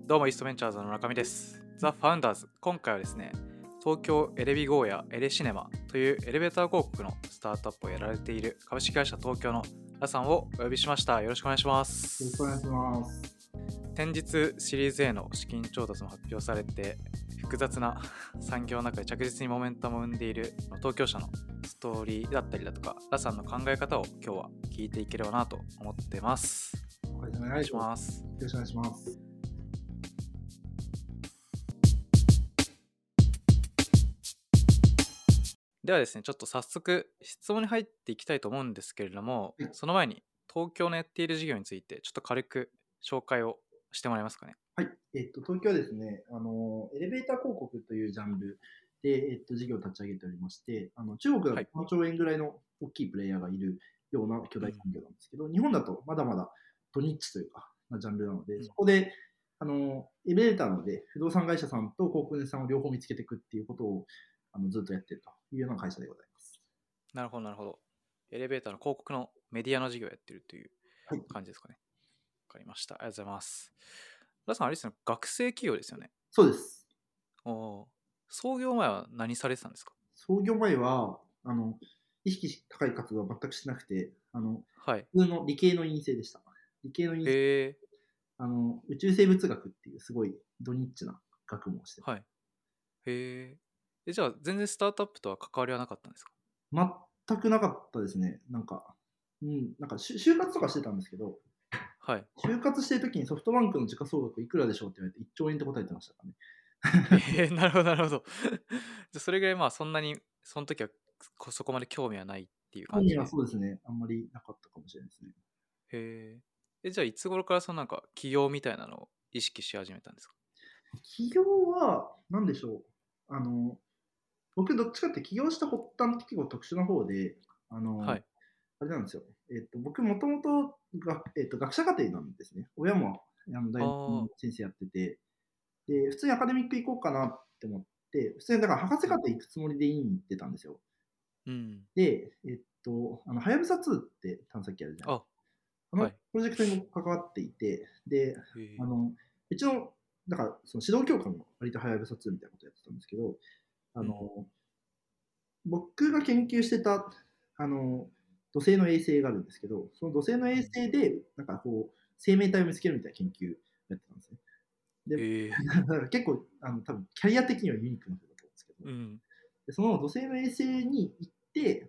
どうもイーストベンチャーズの中見です。ザ・ファウンダーズ。今回はですね、東京エレビゴーやエレシネマというエレベーター広告のスタートアップをやられている株式会社東京のラさんをお呼びしました。よろしくお願いしまよろしくお願いす。 します。 先日シリーズ A の資金調達も発表されて、複雑な産業の中で着実にモメンタムを生んでいる東京社のストーリーだったりだとか、ラさんの考え方を今日は聞いていければなと思ってます。 おお願いします。 よろしくお願いします。 ではですね、ちょっと早速質問に入っていきたいと思うんですけれども、 はいその前に東京のやっている事業についてちょっと軽く紹介をしてもらえますかね。 はい。東京はですね、エレベーター広告というジャンルで、事業を立ち上げておりまして、中国だとはい。 3兆円ぐらいの大きいプレイヤーがいるような巨大産業なんですけど、日本だとまだまだドニッチというか、なジャンルなので、 うんそこで、エレベーターなので、不動産会社さんと広告主さんを両方見つけていくっていうことをずっとやっているというような会社でございます。 なるほど、なるほど。エレベーターの広告のメディアの事業をやってるというはい。 感じですかね。わかりました。ありがとうございます。ラさん、あれですね、学生企業ですよね。 そうです。 おー創業前は何されてたんですか？ 創業前は、意識高い活動は全くしてなくて、 はい。 普通の理系の院生でした。理系の院生、 へえ、 宇宙生物学っていうすごいドニッチな学問をしてはい。へえ。じゃあ全然スタートアップとは関わりはなかったんですか？ 全くなかったですね。なんか就活とかしてたんですけど、 はい。 就活してる時にソフトバンクの時価総額いくらでしょうって言われて1兆円って答えてましたからね。 なるほど、なるほど。じゃ、それぐらい、まあ、そんなに、その時は、そこまで興味はないっていう本人は感じで。 そうですね、あんまりなかったかもしれないですね。 へえ。じゃあ、いつ頃からそのなんか、起業みたいなのを意識し始めたんですか？ 起業は、なんでしょう。僕どっちかって起業した発端って結構特殊な方で、あの、 はい。 あれなんですよ。僕もともと学者課程なんですね。親も大学のああ、 先生やってて、で、普通にアカデミック行こうかなって思って、普通にだから博士うん。 課程行くつもりで院に行ってたんですよ。 うん。 で、はやぶさ2って探査機あるじゃないですあ、 か。あのはい。 プロジェクトに僕関わっていて、で、 へえ。 あの、うちの、だからその指導教官も割とはやぶさ2みたいなことやってたんですけど、あの、 うん。 僕が研究してた、土星の衛星があるんですけど、その土星の衛うん。 星で、なんかこう、生命体を見つけるみたいな研究をやってたんですね。で、 へえ。 だから結構、多分キャリア的にはユニークな方だと思うんですけど、 うん。 でその土星の衛星に行って、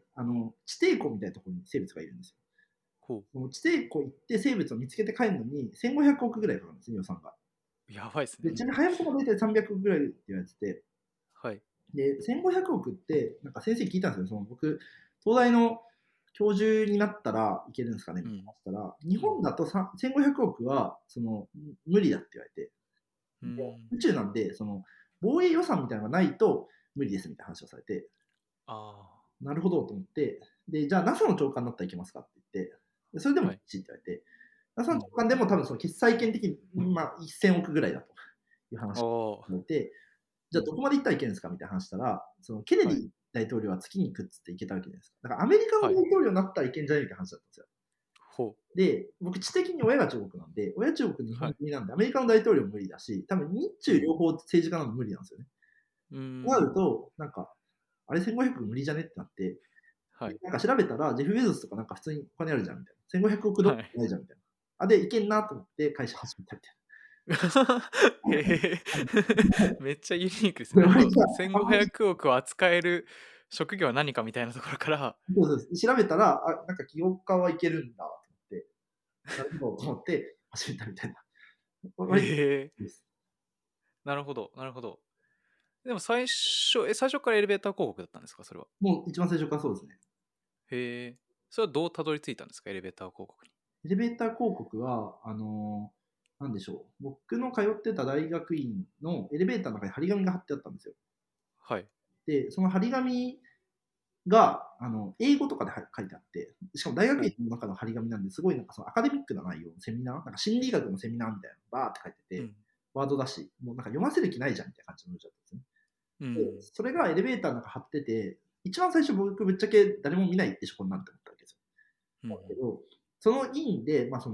地底湖みたいなところに生物がいるんですよ。 ほう。 その地底湖行って生物を見つけて帰るのに1500億ぐらいかかるんですね、予算が。 やばいっすね。 で、 うん。 ちなみに、はやぶさが大体300億ぐらいって言われてて、 はい。 で、1500億って、なんか先生に聞いたんですよ。その僕、東大の教授になったらいけるんですかねうん。 みたいな話したら、日うん。 本だと1500億は無理だって言われて、 うでん。 宇宙なんで、防衛予算みたいなのがないと無理ですみたいな話をされて、 あなるほどと思って、で、じゃあ NASA の長官になったらいけますかって言って、でそれであ、 もはい。 いいって言われて、NASA うん。 の長官でも多分その決済権的に、1000億ぐらいだという話をおお。 されて、じゃあうん。 どこまで行ったらいけるんですかみたいな話したら、そのケネデはい。 ィ大統領は月に行くっつって行けたわけじゃないですか。だからアメリカのはい。 大統領になったらいけんじゃないみたいな話だったんですよ。 ほう。 で、僕知的に親が中国なんで、親中国日はい。 本人なんで、アメリカの大統領も無理だし、多分日うん。 中両方政治家なの無理なんですよね。 うーとなん。 ると、なんか、あれ1500億無理じゃねってなって、 はい。 なんか調べたら、ジェフ・ベゾスとかなんか普通にお金あるじゃんみたいな。1500億ドルはい。 ないじゃんみたいな。あ、で、いけんなと思って会社始めたみたいへな。 え。めっちゃユニークですね。 これもうあんまり 1500億を扱える職業は何かみたいなところから、 そう調べたら、なんか起業家はいけるんだと思って、なるほどと思って始めたみたいな。 へ割とえ、 です。 なるほど、なるほど。でも最初からエレベーター広告だったんですか？それは。 もう一番最初からそうですね。 へえ。それはどうたどり着いたんですか？エレベーター広告に。 エレベーター広告は、なんでしょう。僕の通ってた大学院のエレベーターの中に張り紙が貼ってあったんですよ。 はい。 で、その張り紙が、英語とかで書いてあって、しかも大学ほう。 院の中の張り紙なんで、すごいなんかそのアカデミックな内容のセミナー、なんか心理学のセミナーみたいなのバーって書いてて、 うん。 ワードだし、もうなんか読ませる気ないじゃんみたいな感じの文章だったんですね。で、 うん。 それがエレベーターの中貼ってて、一番最初僕ぶっちゃけ誰も見ないってそこになって思ったわけですよ。 うんうん。 だけど、その院で、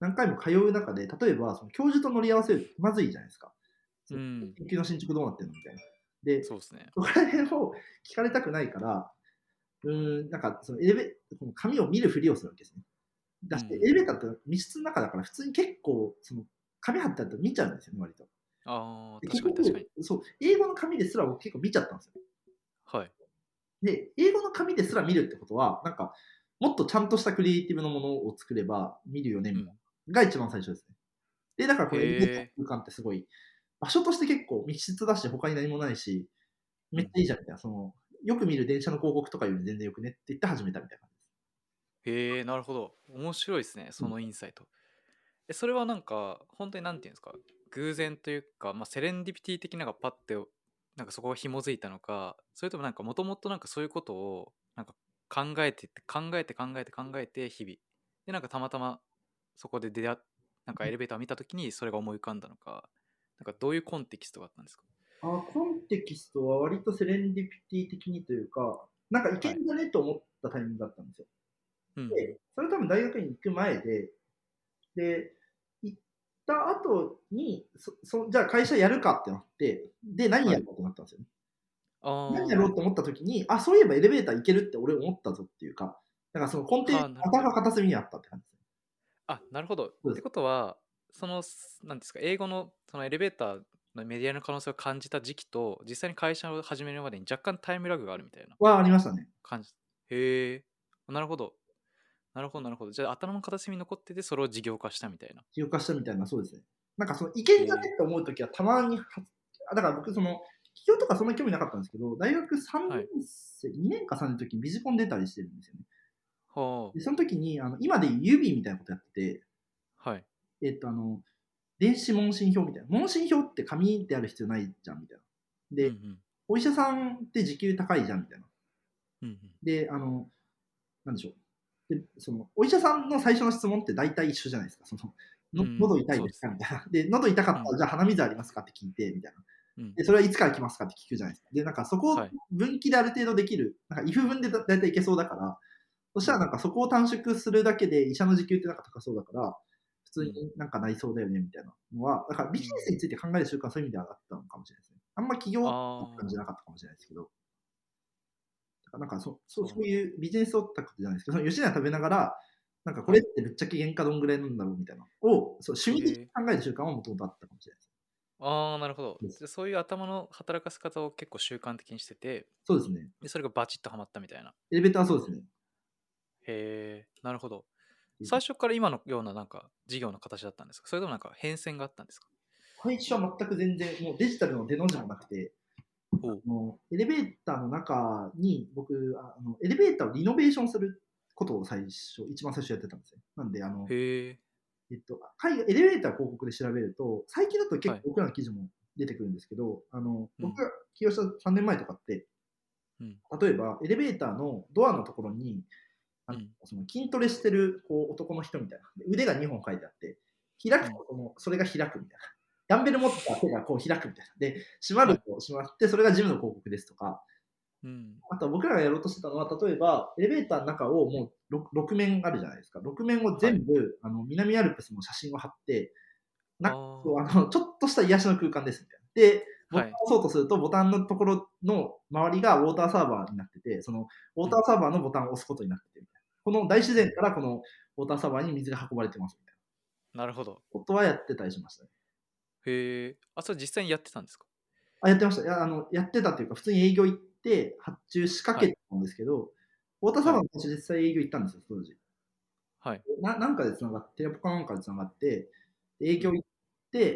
何回も通う中で、例えばその教授と乗り合わせるとまずいじゃないですか。そのうん。 研究の進捗どうなってるのみたいな。で、 そうですね。 そこら辺を聞かれたくないから、なんかそのこの紙を見るふりをするわけですね。だし、エレベーターって密室の中だから、普通に結構、その紙貼ってあると見ちゃうんですよね、割と。 ああ、 で、結確かに確かに。 局、そう、英語の紙ですら僕結構見ちゃったんですよ。 はい。 で、英語の紙ですら見るってことは、なんか、もっとちゃんとしたクリエイティブなものを作れば見るよね、みたいうん。 な。が一番最初ですね。で、だからこのエレベーターへえ。 の空間ってすごい、場所として結構密室だし、他に何もないし、めっちうん。 ゃいいじゃんみたいな。その、よく見る電車の広告とかより全然よくねって言って始めたみたいな感じです。 へえ、なるほど。面白いですね、そうん。 のインサイト。それはなんか、本当になんていうんですか、偶然というか、セレンディピティ的なのがパッて、なんかそこが紐づいたのか、それともなんかもともとなんかそういうことを、なんか考えてって、考えて、日々。で、なんかたまたまそこでなんかエレベーターを見たときにそれが思い浮かんだのか、なんかどういうコンテキストがあったんですか？ コンテキストは割とセレンディピティ的にというか、なんかいけはい。 んじゃねと思ったタイミングだったんですよ。 うんうん。 で、それ多分大学に行く前で、行った後に、じゃあ会社やるかってなって、で、何はい。 やろうってなったんですよね。 ああ、 何やろうと思った時に、あ、そういえばエレベーター行けるって俺思ったぞっていうか、だからその根底にはあ、なるほど。 頭片隅にあったって感じですね。 あ、なるほど。ってそうです。 ことは、なんですか、英語のそのエレベーターのメディアの可能性を感じた時期と、実際に会社を始めるまでに若干タイムラグがあるみたいなはありましたね。 感じ。へえ、なるほど。なるほど、なるほど。じゃあ、頭の片隅に残ってて、それを事業化したみたいな。 起業化したみたいな、そうですね。なんかそのいけんじゃねへえ、 って思う時はたまにだから僕その、起業とかそんな興味なかったんですけど、大学3 はい。 年生、2年か3年の時にビジコン出たりしてるんですよね。 はで、その時に今でいう指みたいなことやってて、 あ、はい。 えっと、あの、電子問診票みたいな。問診票って紙である必要ないじゃんみたいな。で、 うんうん。 お医者さんって時給高いじゃんみたいな。 うんうん。 で、なんでしょう。で、その、お医者さんの最初の質問って大体一緒じゃないですか。その、 うん、 喉痛いですそうですね。 かみたいな。で、喉痛かっうん、 たら、じゃあ鼻水ありますかって聞いて、みたいな。 うん。 で、それはいつから来ますかって聞くじゃないですか。で、なんかそこをはい。 分岐である程度できる、なんか if 分で大体いけそうだから、そしうん、 たらなんかそこを短縮するだけで医者の時給ってなんか高そうだから、普通にうん、 なんかなりそうだよねみたいなのは、だからビジネうん。 スについて考える習慣はそういう意味ではあったのかもしれないですね。あんま企業って感じじゃなかああ、 ったかもしれないですけど、なんかそそう。 ういうビジネスオタクじゃないですけど、その吉野家食べながら、なんかこはい。 れってぶっちゃけ原価どんぐらいなんだろうみたいなのを、趣味的にへえ。 考える習慣はもともとあったかもしれないああ、なるほど。 です。 じゃ、そういう頭の働かせ方を結構習慣的にしてて、 そうですね。 で、それがバチッとはまったみたいな。 エレベーターはそうですね。 へえ、なるほど。最初から今のようななんか事業の形だったんですか？それともなんか変遷があったんですか？ 最初は全く全然、もうデジタルの出の字もなくて、 ほう。 エレベーターの中に僕、エレベーターをリノベーションすることを一番最初やってたんですよ。なんで、 へえ、 エレベーター広告で調べると、最近だと結はい。 構僕らの記事も出てくるんですけど、 うん、 僕が起業した3年前とかって、 うん、 例えばエレベーターのドアのところに、 うん、 その筋トレしてるこう男の人みたいな、腕が2本書いてあって、開くうん。 とそれが開くみたいな。ダンベル持った手がこう開くみたいな。で、閉まはい。 ると閉まって、それがジムの広告ですとか、 うん、 あとは僕らがやろうとしてたのは、例えば、エレベーターの中をもう6面あるじゃないですか。6面をはい。 全部、南アルプスの写真を貼って、なそうあちょっとした癒しの空間ですみたいな。で、 あ、 ボタンはい。 を押そうとすると、ボタンのところの周りがウォーターサーバーになってて、そのウォーうん、 ターサーバーのボタンを押すことになっててみたいな。この大自うん。 然からこのウォーターサーバーに水が運ばれてますみたいななるほど。 ことはやってたりしましたね。 へえ。あ、それ実際にやってたんですか？ やってました。いや、やってたっていうか、普通に営業行って発注仕掛はい、 けてたんですけど、ウォーターサーはい、 バーの会社実際営業行ったんですよ、当時。 はい。 なんかで繋がって、テレポカなんかで繋がって、営うん、 業行って、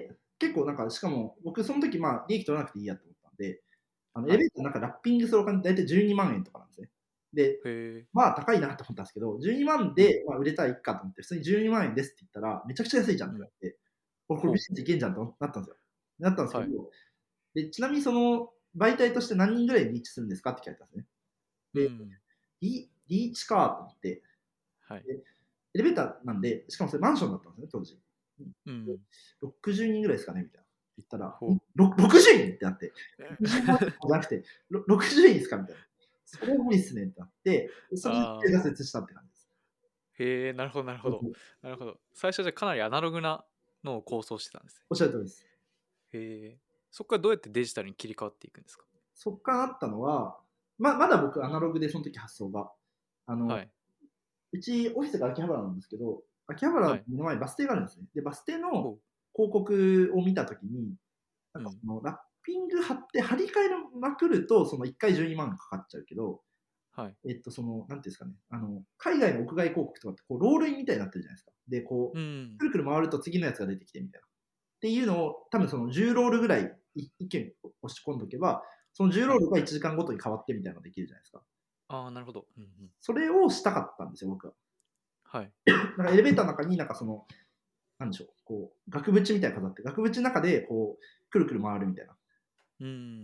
結構なんか、しかも僕その時、利益取らなくていいやと思ったんで、エレはい。 ベーターなんかラッピングするお金って大体12万円とかなんですね。で、 へえ。 高いなと思ったんですけど、12万うん、 で、売れたらいいかと思って、普通に12万円ですって言ったら、めちゃくちゃ安いじゃんっうん。 て言われて、これビほう。 ジネスいけんじゃんとなったんですよ。なったんですけはい。 ど、で、ちなみにその媒体として何人ぐらいリーチするんですかって聞かれたんですね。で、 うん、 リーチかと思って、 はい。 で、エレベーターなんで、しかもそれマンションだったんですね、当時。で、 うん。 60人ぐらいですかねみたいな。言ったら、 ほう。 60人ってなって、60万じゃなくて、60人ですかみたいな。それは無理っすねってなって、それでああ、 挫折したって感じです。 へえ、なるほどなるほど。なるほど。最初じゃかなりアナログなのを構想してたんですね。 おっしゃる通りです。 へえ。そこからどうやってデジタルに切り替わっていくんですか？ そっからあったのは、まだ僕アナログでその時発想が。あの、 はい。 うちオフィスが秋葉原なんですけど、秋葉原のはい。 目の前にバス停があるんですね。で、バス停のほう。 広告を見た時に、なんかうん。 そのラッピング貼って張り替えまくると、その1回12万かかっちゃうけど、 はい。 その、なんていうんですかね、海外の屋外広告とかってこうロールインみたいになってるじゃないですか。で、こう、 うん。 くるくる回ると次のやつが出てきてみたいな。っていうのを、多分その10ロールぐらい一気に押し込んどけば、その10ロはい。 ールが1時間ごとに変わってみたいなのができるじゃないですか。 ああ、なるほど。うんうん。 それをしたかったんですよ、僕は。 はい。 なんかエレベーターの中になんかその、なんでしょう、こう、額縁みたいなの飾って、額縁の中でこう、くるくる回るみたいな。っうん。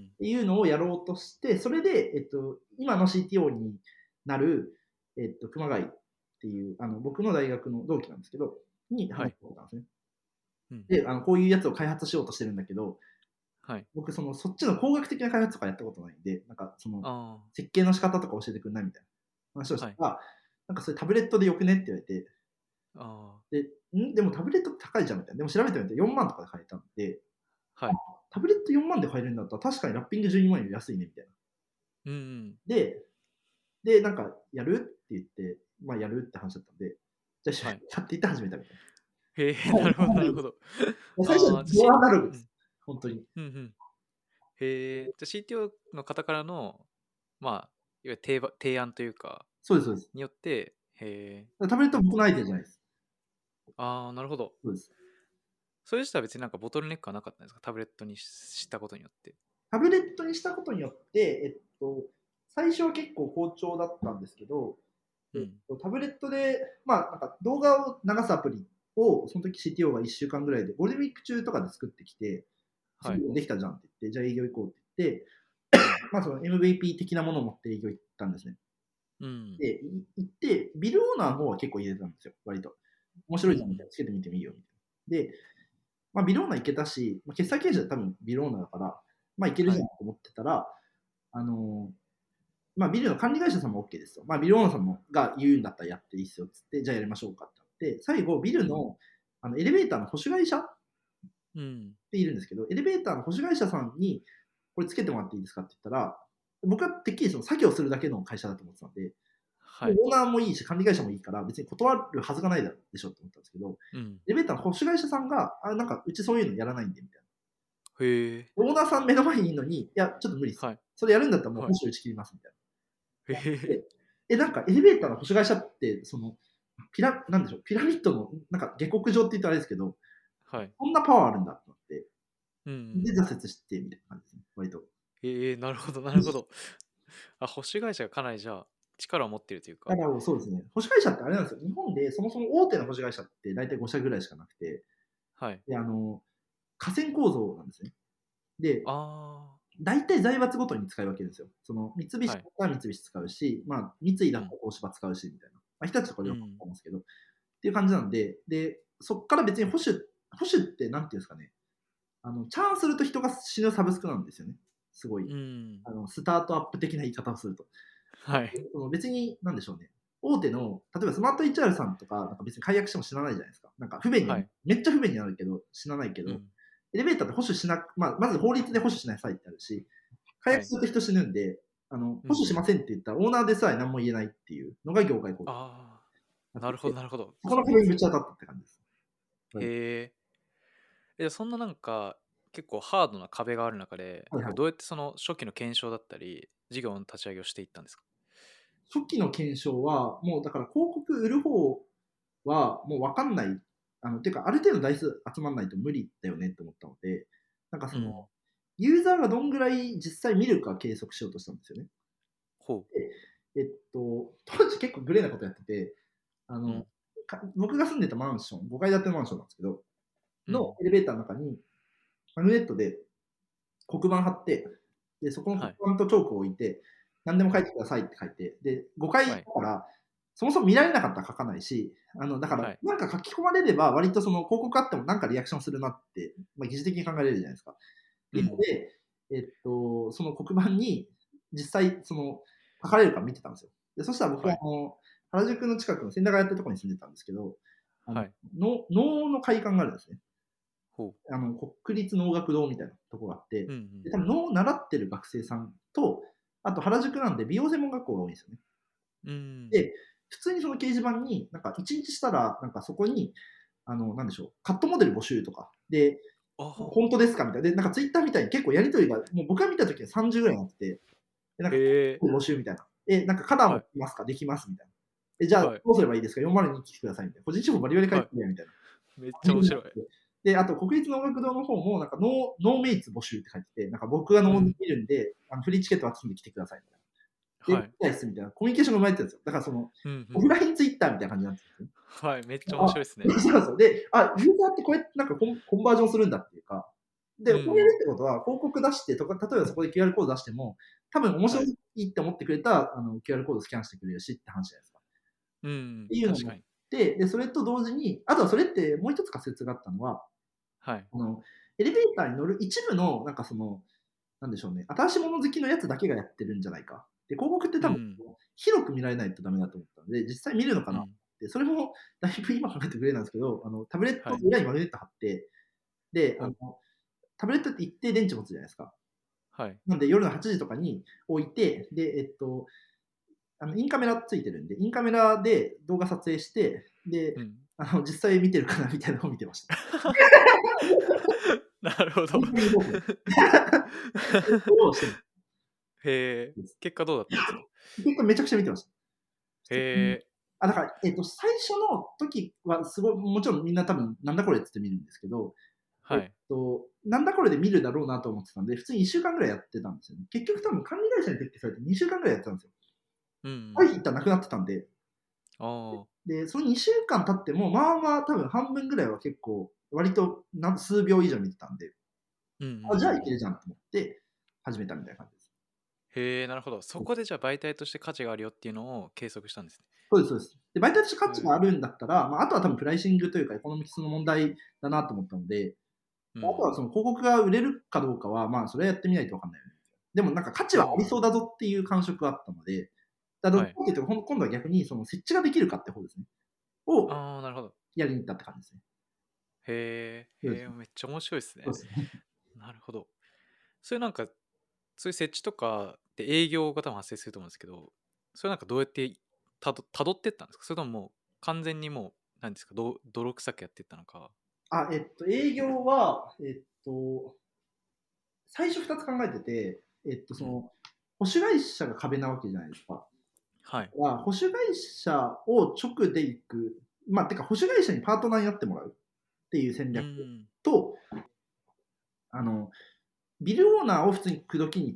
ていうのをやろうとして、それで、今の CTO になる、熊谷っていう、僕の大学の同期なんですけど、に話はい。 したことなんですね。 うん。 で、こういうやつを開発しようとしてるんだけど、 はい。 僕、そっちの工学的な開発とかやったことないんで、なんか、その、 あ設計の仕方とか教えてくんないみたいな話をあ、はい。 したら、なんかそれタブレットでよくねって言われて、 ああ、 で、でもタブレットって高いじゃんみたいな。でも調べてみて4万とかで買えたんで、あ、 はい。 タブレット4万で買えるんだったら確かにラッピング12万より安いねみたいな。 うんうん。 で、なんか、やるって言って、まあ、やるって話だったんで、じゃあ一緒にはい。 やっていって始めたみたいへえ、 な。はい、 なるほど感じです。 なるほど。 最初はああ、じゃ、 ドアアナログうん。 です。本当に。 うんうん。へえ、じゃ、CTO の方からの、まあ、いわゆる提案というか、 そうですそうです。 によって、へえ、 タブレットは僕のアイなっていった。 デアじゃないです。 ああ、なるほど。 そうです。 それ自体は別になんかボトルネックはなかったんですか？タブレットにしたことによって。 タブレットにしたことによって、最初は結構好調だったんですけど、 うん。 タブレットで、まあ、なんか動画を流すアプリを、その時 CTO が1週間ぐらいで、ゴールデンウィーク中とかで作ってきて、すはい。 ぐできたじゃんって言って、じゃあ営業行こうって言って、 うん。 まあ、その MVP 的なものを持って営業行ったんですね。 うん。 で、行って、ビルオーナーの方は結構入れてたんですよ、割と。面白いじゃんみたいな、 うん。 つけてみてもいいよみたいな。で、まあ、ビルオーナー行けたし、まあ、決済経営者は多分ビルオーナーだから、まあ、いけるはい。 じゃんと思ってたら、あのまあ、ビルの管理会社さんも OK ですと。まあ、ビルオーナーさんもが言うんだったらやっていいですよっつって、じゃあやりましょうかってなって、最後、ビルうん。 のエレベーターの保守会社っうん。 ているんですけど、エレベーターの保守会社さんに、これつけてもらっていいですかって言ったら、僕はてっきりその作業するだけの会社だと思ってたんで、 はい。 オーナーもいいし、管理会社もいいから、別に断るはずがないでしょって思ったんですけど、 うん。 エレベーターの保守会社さんが、なんかうちそういうのやらないんでみたいな。 へえ。 オーナーさん目の前にいるのに、いや、ちょっと無理です。 はい。 それやるんだったらもう保はい。 守打ち切りますみたいへな。 え。 で、なんかエレベーターの保守会社って、なんでしょう、ピラミッドの、なんか下克上って言うとあれですけど、 はい。 こんなパワーあるんだってなって、 うん。 で、挫折してみたいな感じですね、割と。 へえ、なるほどなるほど。あ、保守会社がかなりじゃあ、力を持っているというか。 だからそうですね、保守会社ってあれなんですよ、日本でそもそも大手の保守会社って大体5社ぐらいしかなくて、 はい。 で、河川構造なんですね。で、 あ大体財閥ごとに使い分けるんですよ。その三菱あ、はい。 だったら三菱使うし、まあ、三井だうん。 ったら東芝使うしみたいな。まあ、日立とか両方うん。 使いますけど、っていう感じなんで、で、そっから別に保守ってなんていうんですかね、チャーンすると人が死ぬサブスクなんですよね。すごい。 うん。 スタートアップ的な言い方をすると。 はい。 その別に、なんでしょうね。大手の、例えばスマート HR さんとか、なんか別に解約しても死なないじゃないですか。なんか不便には、 はい。 めっちゃ不便になるけど、死なないけど、 うん。 エレベーターって保守しなく、まあ、まず法律で保守しなさいってあるし、解はい。 約すると人死ぬんで、保守しうん。 ませんって言ったら、オーナーでさえ何も言えないっていうのが業界構造にああ、なるほどなってて、 なるほど。 そこの壁ですね。 壁にぶち当たったって感じです。はい。 へえ。そんななんか、結構ハードな壁がある中で、 はいはい。 どうやってその初期の検証だったり、事業の立ち上げをしていったんですか？ 初期の検証は、もうだから広告売る方はもう分かんない、ていうか、ある程度台数集まらないと無理だよねって思ったので、なんかうん。 ユーザーがどんぐらい実際見るか計測しようとしたんですよね。 ほで、当時結構グレーなことやってて、あう。うん。 の、僕が住んでたマンション、5階建てのマンションなんですけど、 うん。 のエレベーターの中に、マグネットで黒板貼って、で、そこの黒はい。 板とチョークを置いて、何でもうん。 書いてくださいって書いて、で、5階だはい。 から、そもそも見られなかったら書かないし、だから、 はい。 なんか書き込まれれば、割とその広告あってもなんかリアクションするなって、まあ、疑似的に考えれるじゃないですか。 うん。 いうので、その黒板に実際、書かれるか見てたんですよ。で、そしたら僕は、 はい。 原宿の近くの千駄ヶ谷ってところに住んでたんですけど、 はい。 能の会館があるんですね。 ほ国立能楽堂みたいなところがあって、 う。うんうん。 で、多分能を習ってる学生さんと、あと原宿なんで美容専門学校が多いんですよね。 うん。 で、普通にその掲示板に、なんか1日したら、なんかそこに、なんでしょう、カットモデル募集とか、で、 あ本当あ。 ですかみたいな。で、なんかツイッターみたいに結構やり取りが、もう僕が見たときは30ぐらいになってて、で、なんか、 へえ。 募集みたいな。なんかカラーもはい。 できますかできますみたいな。じゃあ、どはい。 うすればいいですか ?402 来てくださいみたいな。個人情報バリバリ書いはい。 てくれみたいな。 めっちゃ面白い。 で、あと国立能楽堂の方も、なんかノーメイツ募集って書いてて、なんか僕が能を見うん。 るんで、フリーチケット集めて来てくださいみたいな。で、行はい。 きたいっすみたいな。コミュニケーションが生まれてるんですよ。だからその、 うんうん。 オフラインツイッターみたいな感じなんですよね。 はい、めっちゃ面あ、 白いですね。 そうなんですよ。で、ユーザーってこうやってなんかコンバージョンするんだっていうか、で、送れるうん。 ってことは、広告出してとか、例えばそこで QR コード出しても、多分面白はい。 いって思ってくれたQR コードスキャンしてくれるしって話じゃないですか。っうん、 ていうのもあっ確かに。 て、で、それと同時に、あとはそれってもう一つ仮説があったのは、 はい。 あの、エレベーターに乗る一部の、なんかその、なんでしょうね、新しいもの好きのやつだけがやってるんじゃないか。で、広告って多分、 うん。 広く見られないとダメだと思ったので、実際見るのかなっうん。 て、それもだいぶ今考えてくれなんですけど、タブレットはい。 の裏にマグネット貼って、で、 ほう。 タブレットって一定電池持つじゃないですか。 はい。 なんで夜の8時とかに置いて、で、インカメラついてるんで、インカメラで動画撮影して、で、 うん。 実際見てるかなみたいなのを見てました。 なるほど。 本当に動く。をしてへえ、 ます。 結果どうだったんですか？ 結果めちゃくちゃ見てました。 へえ。 だから、最初の時はすごい、もちろんみんな多分なんだこれっつって見るんですけど、 はい。 なんだこれで見るだろうなと思ってたんで、普通に1週間ぐらいやってたんですよね。結局多分管理会社に撤去されて2週間ぐらいやってたんですよ。 うんうん。 回避一旦なくなってたんで、 ああ。 で、その2週間経っても、まあまあ多分半分ぐらいは結構、割と数秒以上見てたんで、 うんうんうじゃあいけん。 るじゃんと思って始めたみたいな感じです。 へえ、なるほど。そこでじゃあ媒体として価値があるよっていうのを計測したんですね。 そうですそうです。で、媒体として価へえ。 値があるんだったら、あとは多分プライシングというかエコノミクスの問題だなと思ったので、あとうん。 はその広告が売れるかどうかは、それはやってみないと分かんないよね。でもなんか価値はありそうあだぞっていう感触があったので、 あ、 どっちはい。 かっていうと、今度は逆にその設置ができるかって方ですね。をああ、なるほど。 やりに行ったって感じですね。 へえ、へえ、 そうですね。 めっちゃ面白いですね。 そうですね。 なるほど。それなんか、そういう設置とかで営業が多分発生すると思うんですけど、それなんかどうやってたどってったんですか？それとももう完全にもう、なんですか、泥臭くやってったのか。 営業は、最初2つ考えてて、 うん。 保守会社が壁なわけじゃないですか。 はい。 保守会社を直で行く、てか保守会社にパートナーになってもらうっていう戦う略ん。 と、あの、ビルオーナーを普通に口説きに行って、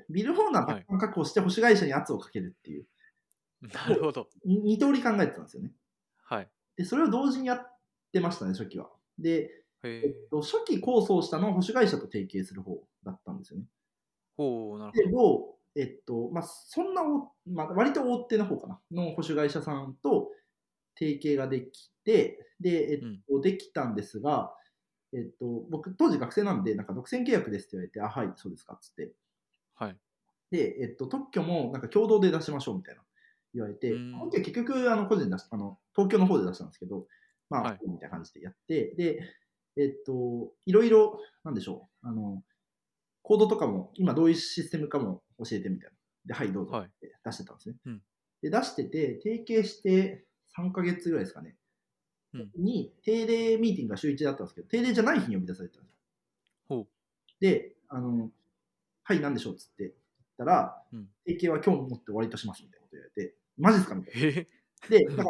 ビルオーナーはい。 奪還確保して保守会社に圧をかけるっていう、 なるほど。 2通り考えてたんですよね。 はい。 で、それを同時にやってましたね、初期は。で、 へえ。 初期構想したのは保守会社と提携する方だったんですよね。 ほう、なるほで、 ど。 そんな割と大手の方かな、の保守会社さんと提携ができて、で、 うん。 できたんですが、僕、当時学生なんで、なんか独占契約ですって言われて、はい、そうですかっつって。 はい。 で、特許もなんか共同で出しましょうみたいな言われて、 うん。 特許結局、個人で出し東京の方で出したんですけど、 はい。 みたいな感じでやって、で、いろいろ、なんでしょう、コードとかも、今どういうシステムかも教えてみたいな。で、はい、どうぞはい。 って出してたんですね。 うん。 で、出してて、提携して3ヶ月ぐらいですかね。 うん。 に、定例ミーティングが週1だったんですけど、定例じゃない日に呼び出されてたんですよ。 ほう。 で、はい、なんでしょうっつって言ったら、 うん。 提携は今日もって終わりとしますみたいなこと言われて、マジっすかみたいな。 へえ。 で、だから、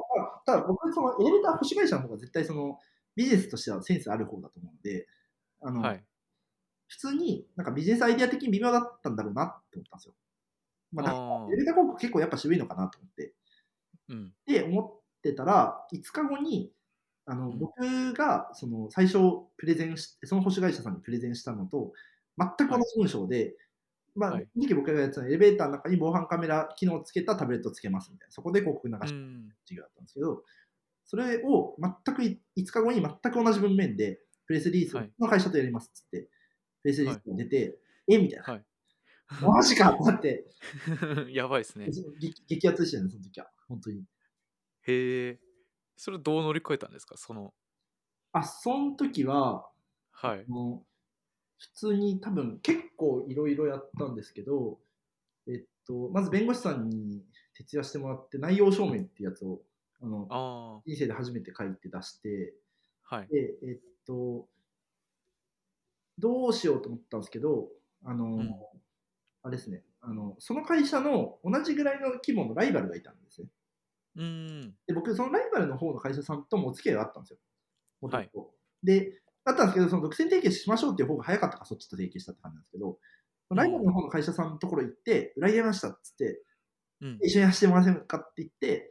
ただ僕、そのエレベーター保守会社の方が絶対そのビジネスとしてはセンスある方だと思うんで、あの、 はい。 普通になんかビジネスアイデア的に微妙だったんだろうなって思ったんですよ。だからエああ。 レベーター広告結構やっぱ渋いのかなと思って。 うん。 で、思ってたら、5日後に、 うん。 僕がその最初プレゼンして、その保守会社さんにプレゼンしたのと、全く同はい。 じ文章で、そのはい。 時僕がやってたのはエレベーターの中に防犯カメラ機能をつけたタブレットをつけますみたいな、そこで広告流しうますん。 授業だったんですけど、それを全く5日後に全く同じ文面で、プレスリリースをはい。 の会社とやりますっつって、プレスリリースはい。 が出て、みたいな。 はい。 マジかってなって、 やばいですね。 激アツでしたよね、その時は。本当に。 へえ。それどう乗り越えたんですか？ その時は、 はい。 もう普通に多分結構いろいろやったんですけど、まず弁護士さんに徹夜してもらって、内容証明っていうやつを、あの、 ああ、 人生で初めて書いて出して、 はい。 で、どうしようと思ったんですけど、 うん。 あれですね、その会社の同じぐらいの規模のライバルがいたんですね。 うーん。 で、僕、そのライバルの方の会社さんともお付き合いがあったんですよ、もとはい。 もと。で、あったんですけど、その独占提携しましょうっていう方が早かったから、そっちと提携したって感じなんですけど、ライバルのうん。 方の会社さんのところ行って、裏切られましたっつって、 うん。 一緒にやらせてもらえませんかって言って、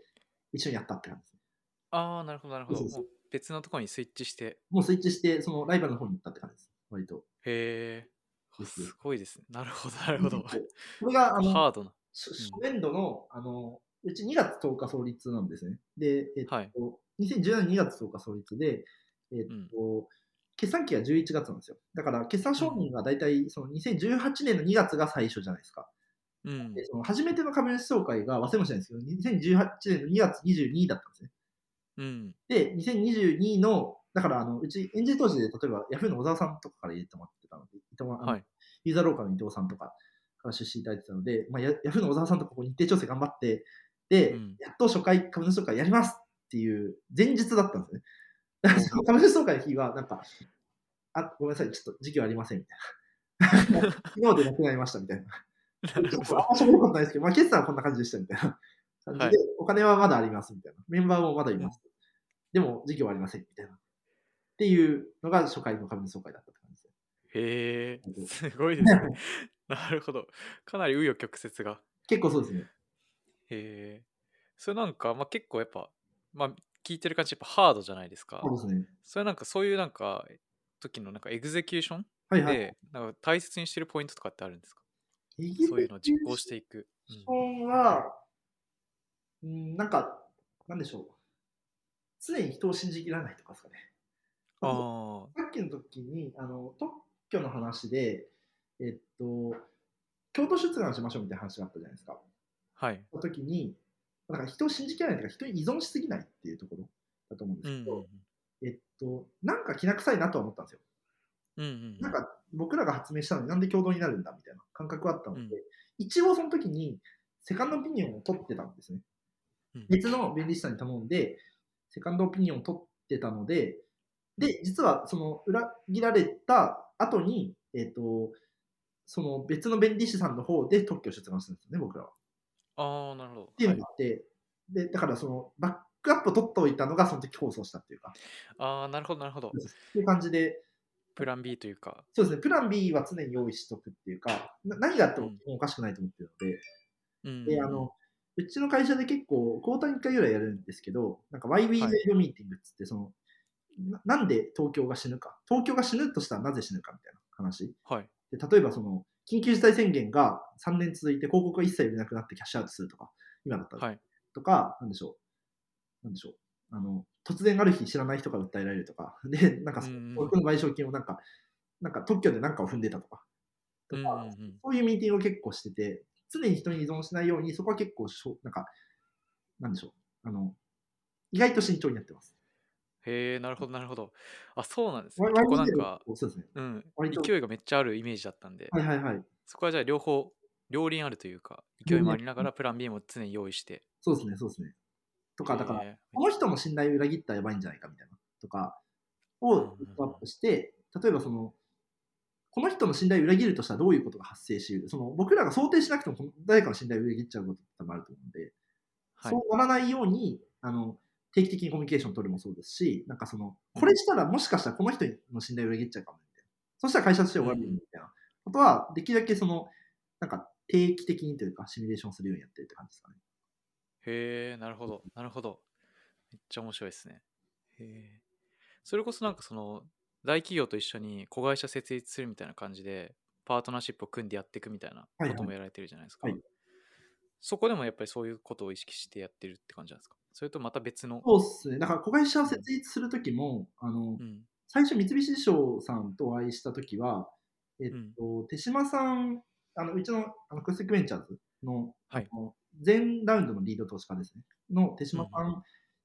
一緒にやったって感じですね。 ああ、なるほどなるほど。もうそうそうそう。 別のところにスイッチして。 もうスイッチして、そのライバルの方に行ったって感じです。割と。 へえ。 ですです。 すごいですね。なるほどなるほど。 結構、これ結構がハードな。うん。 初年度の、うち2月10日創立なんですね。で、 はい。 2017年2月10日創立で、えっうん。 と、決算期が11月なんですよ。だから決算うん。 承認がだいたいその2018年の2月が最初じゃないですか。 うん。 で、その初めての株主総会が忘れもしないんですけど、2018年の2月22だったんですね。 うん。 で、2022の、だからうちエンジェル投資で例えばヤフーの小沢さんとかから入れてもらってたので、 はい。 ユーザーローカルの伊藤さんとかから出資いただいてたので、ヤフーの小沢さんとここ日程調整頑張って、で、 うん。 やっと初回株主総会やりますっていう前日だったんですね。だからそのほうほう。 株主総会の日は、なんか、ごめんなさい、ちょっと時給ありませんみたいな。昨日でなくなりましたみたいな。 なるほど。 あんま喋ることないですけど、決算はこんな感じでしたみたいな感じで、 はい。 お金はまだありますみたいな。メンバーもまだいうん。 ます。でも、事業はありませんみたいな。っていうのが初回の株主総会だったって感じですへえ、 ね。 すごいですね。なるほど。かなり紆余曲折が。 結構そうですね。 へえ。それなんか、結構やっぱ、聞いてる感じやっぱハードじゃないですか。 そうですね。 それなんかそういうなんか、時のなんかエグゼキューションはいはい。 で、なんか大切にしてるポイントとかってあるんですか？ エグゼそういうのを実行キューシしていく。うん。 ョンは、なんか、なんでしょう。常に人を信じきらないとかですかね。 あ例えば、 あ、 さっきの時に、特許の話で、えっと、共同出願しましょうみたいな話があったじゃないですか。 はい。 その時に、なんか人を信じきらないというか、人に依存しすぎないっていうところだと思うんでうんうんうすけど、 ん。 なんかきな臭いなとは思ったんですよ。 うんうんうん。 なんか僕らが発明したのになんで共同になるんだみたいな感覚があったので、 うん。 一応その時にセカンドオピニオンを取ってたんですね。 うん。 別の弁理士さんに頼んで、セカンドオピニオンを取ってたので、 うん。 で、実はその裏切られた後に、その別の弁理士さんの方で特許を出願するんですよね、僕らは。っああ、なるほど。 ていうはい。 のがあって、で、だからそのバックアップを取っておいたのがその時構想したっていうか、 ああ、なるほどなるほど。 っていう感じで、 プラン B というか。 そうですね、プラン B は常に用意しとくっていうか、何があってもうん。 おかしくないと思ってるので、 うんうんうで、 ん。 うちの会社で結構、クォーターに1回ぐらいやるんですけど、なんか Why We はい。 Made Meeting っつって、なんで東京が死ぬか、東京が死ぬとしたらなぜ死ぬかみたいな話。 はい。 で、例えば緊急事態宣言が3年続いて広告が一切売れなくなってキャッシュアウトするとか、今だったら。 はい。 とか、なんでしょう。突然ある日知らない人が訴えられるとか、で、なんかうんうそん。 の賠償金をなんか特許で何かを踏んでたとか、 うんうんうん。 そういうミーティングを結構してて、常に人に依存しないように、そこは結構なんか、なんでしょう。意外と慎重にやってます。 へえ、なるほどなるほど。あ、そうなんですね。結構なん YBL か、 そうですね。 うん、 割と、 勢いがめっちゃあるイメージだったんで、 はいはいはい。 そこはじゃあ両輪あるというか、勢いもありながらプラン B も常に用意して。 そうですね、そうですね。とか、だから、 へえ、 この人の信頼を裏切ったらやばいんじゃないかみたいな、とかうんうんうをピックアッん。 プして、例えばこの人の信頼を裏切るとしたらどういうことが発生し得る、僕らが想定しなくても、誰かの信頼を裏切っちゃうことって多分あると思うんで、 はい。 そうならないように、定期的にコミュニケーションを取るもそうですし、なんかうん。 これしたらもしかしたらこの人の信頼を裏切っちゃうかもみたいな。そしたら会社として終わるみうん。 たいなことは、できるだけなんか定期的にというか、シミュレーションするようにやってるって感じですかね。 へえ、なるほど、なるほど。めっちゃ面白いですね。へえ。それこそなんか大企業と一緒に子会社設立するみたいな感じで、パートナーシップを組んでやっていくみたいなはいはい。 こともやられてるじゃないですか。 はい。 そこでもやっぱりそういうことを意識してやってるって感じなんですか？それとまた別の。 そうっすね。だから子会社をうん。 設立するときも、 うん。 最初三菱地所さんとお会いしたときは、 うん。 手島さん、うちのクロステックベンチャーズの、 はい。 前ラウンドのリード投資家ですね。の手うんうん。 島さん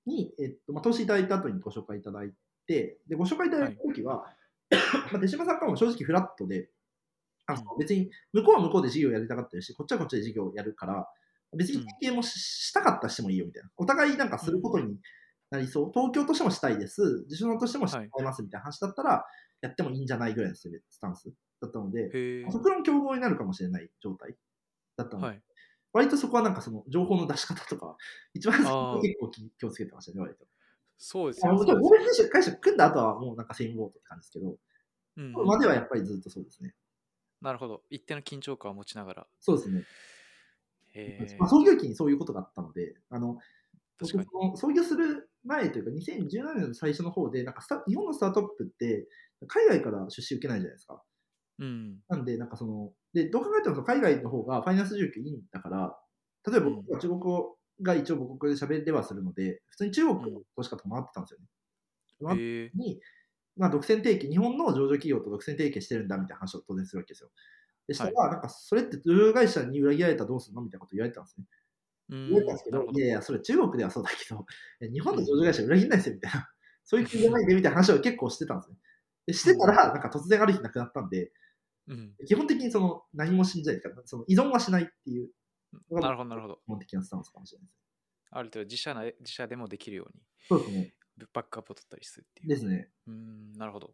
に、投資いただいた後にご紹介いただいて、で、ご紹介いただいた時は、手島さんからも正直フラットで、別に向こうは向こうで事業やりたかったし、こっちはこっちで事業をやるから、別に提携もしたかったらしてもいいよみたいな。お互いなんかすることになりそう。東京としてもしたいです。自主農としてもしたいますみたいな話だったら、やってもいいんじゃないぐらいのスタンスだったので、極論競合になるかもしれない状態だったので、割とそこはなんかその情報の出し方とか、一番最初結構気をつけてましたね、割と。 そうですよね。 合弁会社組んだ後はもうなんかセインボートって感じですけど、まではやっぱりずっとそうですね。 なるほど。一定の緊張感を持ちながら。 そうですね。創業期にそういうことがあったので、 確かに。 創業する前というか、2017年の最初の方で、なんか日本のスタートアップって、海外から出資受けないじゃないですか。なんで、なんかで、どう考えても海外の方がファイナンス状況いいんだから、例えば僕は中国語が一応母国で喋れはするので、普通に中国の投資家と回ってたんですよね。に、独占提携、日本の上場企業と独占提携してるんだみたいな話を当然するわけですよ。でしたら、なんかそれって上場会社に裏切られたらどうするのみたいなこと言われてたんですね。言われたんですけど、いやいや、それ中国ではそうだけど、日本の上場会社裏切らないですよみたいな、そういう国じゃないでみたいな話を結構してたんですね。でしてたら、なんか突然ある日なくなったんで、基本的に何も信じないから、依存はしないっていうのが、基本的なスタンスかもしれないです。 ある程度自社でもできるように、 そうですね。 バックアップを取ったりするっていう。 ですね。 なるほど。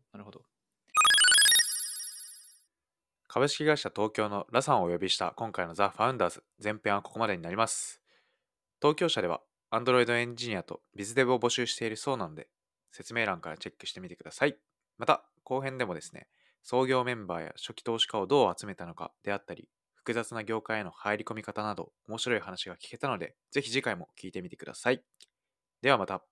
株式会社東京のラさんをお呼びした今回のザ・ファウンダーズ前編はここまでになります。東京社では Android エンジニアと BizDev を募集しているそうなので、説明欄からチェックしてみてください。また、後編でもですね、創業メンバーや初期投資家をどう集めたのかであったり、複雑な業界への入り込み方など面白い話が聞けたので、ぜひ次回も聞いてみてください。ではまた。